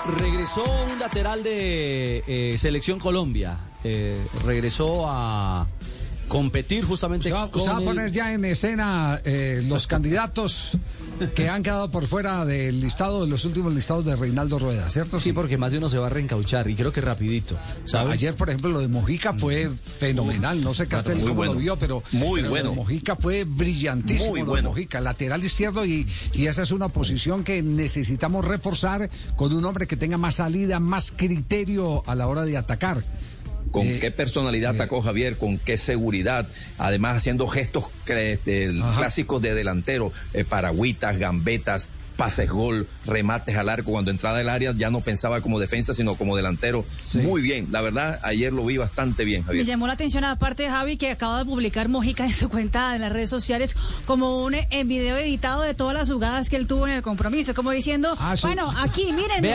Regresó un lateral de Selección Colombia. Regresó a competir justamente con... Usted va a poner ya en escena los candidatos que han quedado por fuera del listado, de los últimos listados de Reinaldo Rueda, ¿cierto? Sí, porque más de uno se va a reencauchar y creo que rapidito, ¿sabes? Ayer, por ejemplo, lo de Mojica fue fenomenal. No sé Castel cómo lo vio, pero muy bueno. Lo de Mojica fue brillantísimo. Muy bueno. Lo de Mojica, lateral izquierdo, y esa es una posición que necesitamos reforzar con un hombre que tenga más salida, más criterio a la hora de atacar. Con qué personalidad atacó Javier, con qué seguridad, además haciendo gestos clásicos de delantero, paragüitas, gambetas, pases gol, remates al arco. Cuando entraba del área ya no pensaba como defensa, sino como delantero. Sí. Muy bien, la verdad, ayer lo vi bastante bien, Javier. Me llamó la atención, aparte, Javi, que acaba de publicar Mojica en su cuenta en las redes sociales como un video editado de todas las jugadas que él tuvo en el compromiso, como diciendo, bueno, aquí, mírenme.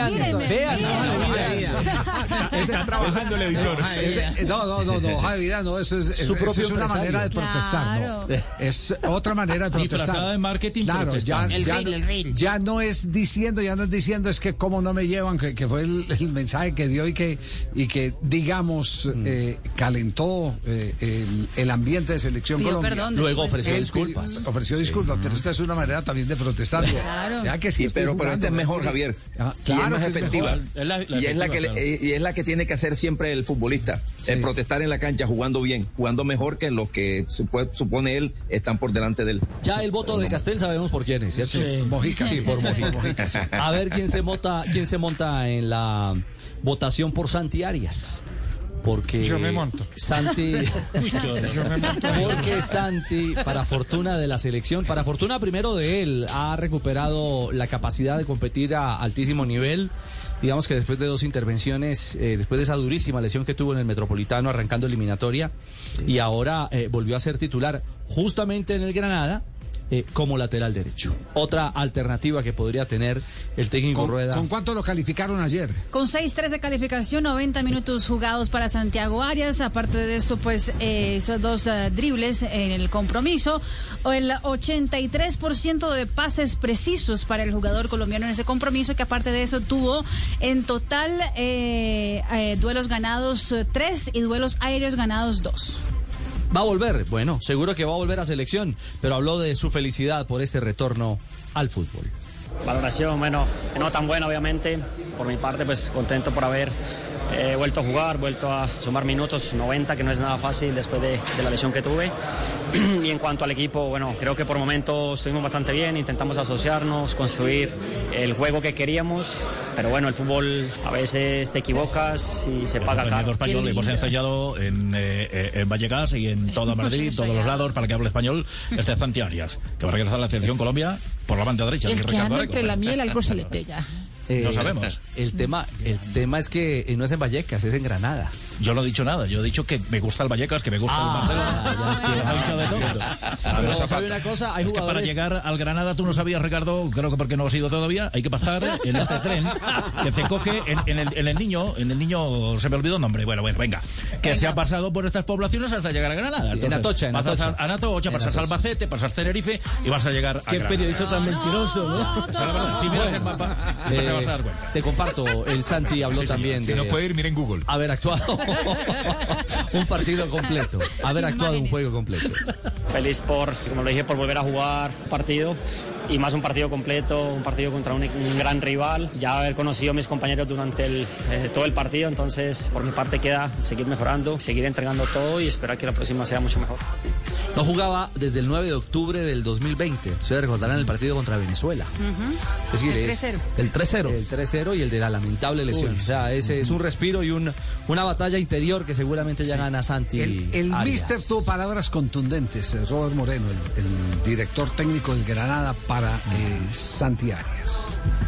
Está trabajando el editor. No, Javi, no, eso es una manera de protestar, claro. ¿no? Es otra manera de protestar. Disfrazada de marketing, claro, el reel. Ya no es diciendo, es que cómo no me llevan, que fue el mensaje que dio y que digamos, calentó el ambiente de Selección Colombia. Luego ofreció disculpas. Pero esta es una manera también de protestar. Claro. Ya que sí, pero esta es mejor, Javier. Claro, y es más efectiva. Y es la que tiene que hacer siempre el futbolista. Sí. Protestar en la cancha, jugando bien, jugando mejor que los que supone él están por delante de él. Ya el voto de Castel sabemos por quién es, ¿cierto? Sí. Mojica. Sí, por Mojica. Sí. A ver quién se monta en la votación por Santi Arias. Porque yo me monto. Santi, yo me monto. Porque Santi, para fortuna de la selección, para fortuna primero de él, ha recuperado la capacidad de competir a altísimo nivel. Digamos que después de 2 intervenciones, después de esa durísima lesión que tuvo en el Metropolitano arrancando eliminatoria, y ahora volvió a ser titular justamente en el Granada, como lateral derecho. Otra alternativa que podría tener el técnico Rueda. ¿Con cuánto lo calificaron ayer? Con 6-3 de calificación, 90 minutos jugados para Santiago Arias. Aparte de eso, pues esos 2 dribles en el compromiso. El 83% de pases precisos para el jugador colombiano en ese compromiso, que aparte de eso tuvo en total duelos ganados 3 y duelos aéreos ganados 2. Va a volver, bueno, seguro que va a volver a selección, pero habló de su felicidad por este retorno al fútbol. Valoración, bueno, no tan buena obviamente, por mi parte pues contento por haber vuelto a jugar, vuelto a sumar minutos, 90, que no es nada fácil después de la lesión que tuve. Y en cuanto al equipo, bueno, creo que por momentos estuvimos bastante bien, intentamos asociarnos, construir el juego que queríamos, pero bueno, el fútbol a veces te equivocas y se paga caro. Español, hemos ensayado en Vallecas y en toda Madrid, todos los lados, para que hable español, Santi Arias, que va a regresar a la selección Colombia por la banda derecha. El que anda entre la miel algo se le pega. No sabemos. El tema es que no es en Vallecas, es en Granada. Yo no he dicho nada, yo he dicho que me gusta el Vallecas, que me gusta el Barcelona. Ya ha dicho de todo. Pero ¿sabe una cosa? Hay jugadores... que para llegar al Granada, tú no sabías, Ricardo, creo que porque no has ido todavía, hay que pasar en este tren que se coge en el niño, se me olvidó el nombre, bueno, venga, que se ha pasado por estas poblaciones hasta llegar a Granada. Entonces, en Atocha. A Atocha, pasas a Albacete, pasas a Tenerife y vas a llegar a Granada. Qué periodista tan mentiroso, ¿no? Esa es la verdad. Si miras el mapa, te vas a dar cuenta. Te comparto, el Santi habló también de... Si no puede ir, mira en Google. Haber actuado un partido completo, haber actuado un juego completo. Feliz como lo dije, por volver a jugar partido, y más un partido completo, un partido contra un gran rival, ya haber conocido a mis compañeros durante todo el partido, entonces por mi parte queda seguir mejorando, seguir entregando todo y esperar que la próxima sea mucho mejor. No jugaba desde el 9 de octubre del 2020, ustedes recordarán el partido contra Venezuela. Es decir, el 3-0. El 3-0 y el de la lamentable lesión. O sea, ese es un respiro y una batalla interior que seguramente ya gana Santi. El míster tuvo palabras contundentes, Robert Moreno, el director técnico del Granada, para Santi Arias.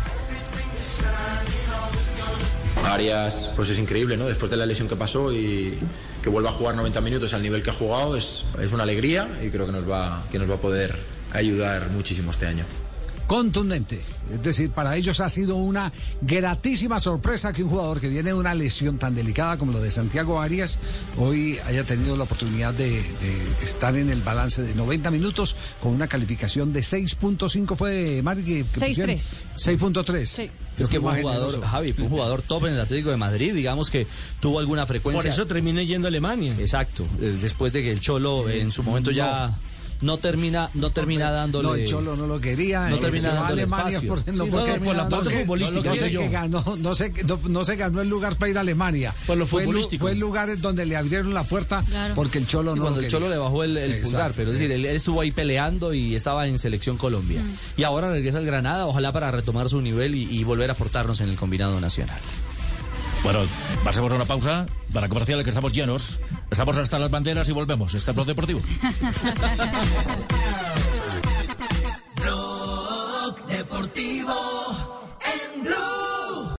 Arias, pues es increíble, ¿no? Después de la lesión que pasó y que vuelva a jugar 90 minutos al nivel que ha jugado, es una alegría y creo que nos va a poder ayudar muchísimo este año. contundente. Es decir, para ellos ha sido una gratísima sorpresa que un jugador que viene de una lesión tan delicada como la de Santiago Arias hoy haya tenido la oportunidad de estar en el balance de 90 minutos con una calificación de 6.5. ¿Fue, Mari? 6.3. 6.3. Sí. Es que fue un jugador, Javi, fue un jugador top en el Atlético de Madrid, digamos que tuvo alguna frecuencia. Por eso terminé yendo a Alemania. Exacto, después de que el Cholo en su momento ya no termina dándole. No, el Cholo no lo quería. No termina se va a dándole Alemania espacio. por la parte futbolística, no se ganó el lugar para ir a Alemania. Por lo futbolístico. Fue el lugar donde le abrieron la puerta porque el Cholo no cuando lo el Cholo le bajó el pulgar, pero es decir, él estuvo ahí peleando y estaba en Selección Colombia. Y ahora regresa al Granada, ojalá para retomar su nivel y volver a aportarnos en el combinado nacional. Bueno, pasemos a una pausa para comercial que estamos llenos. Estamos hasta las banderas y volvemos. Este es Blog Deportivo. Blog Deportivo en Blue.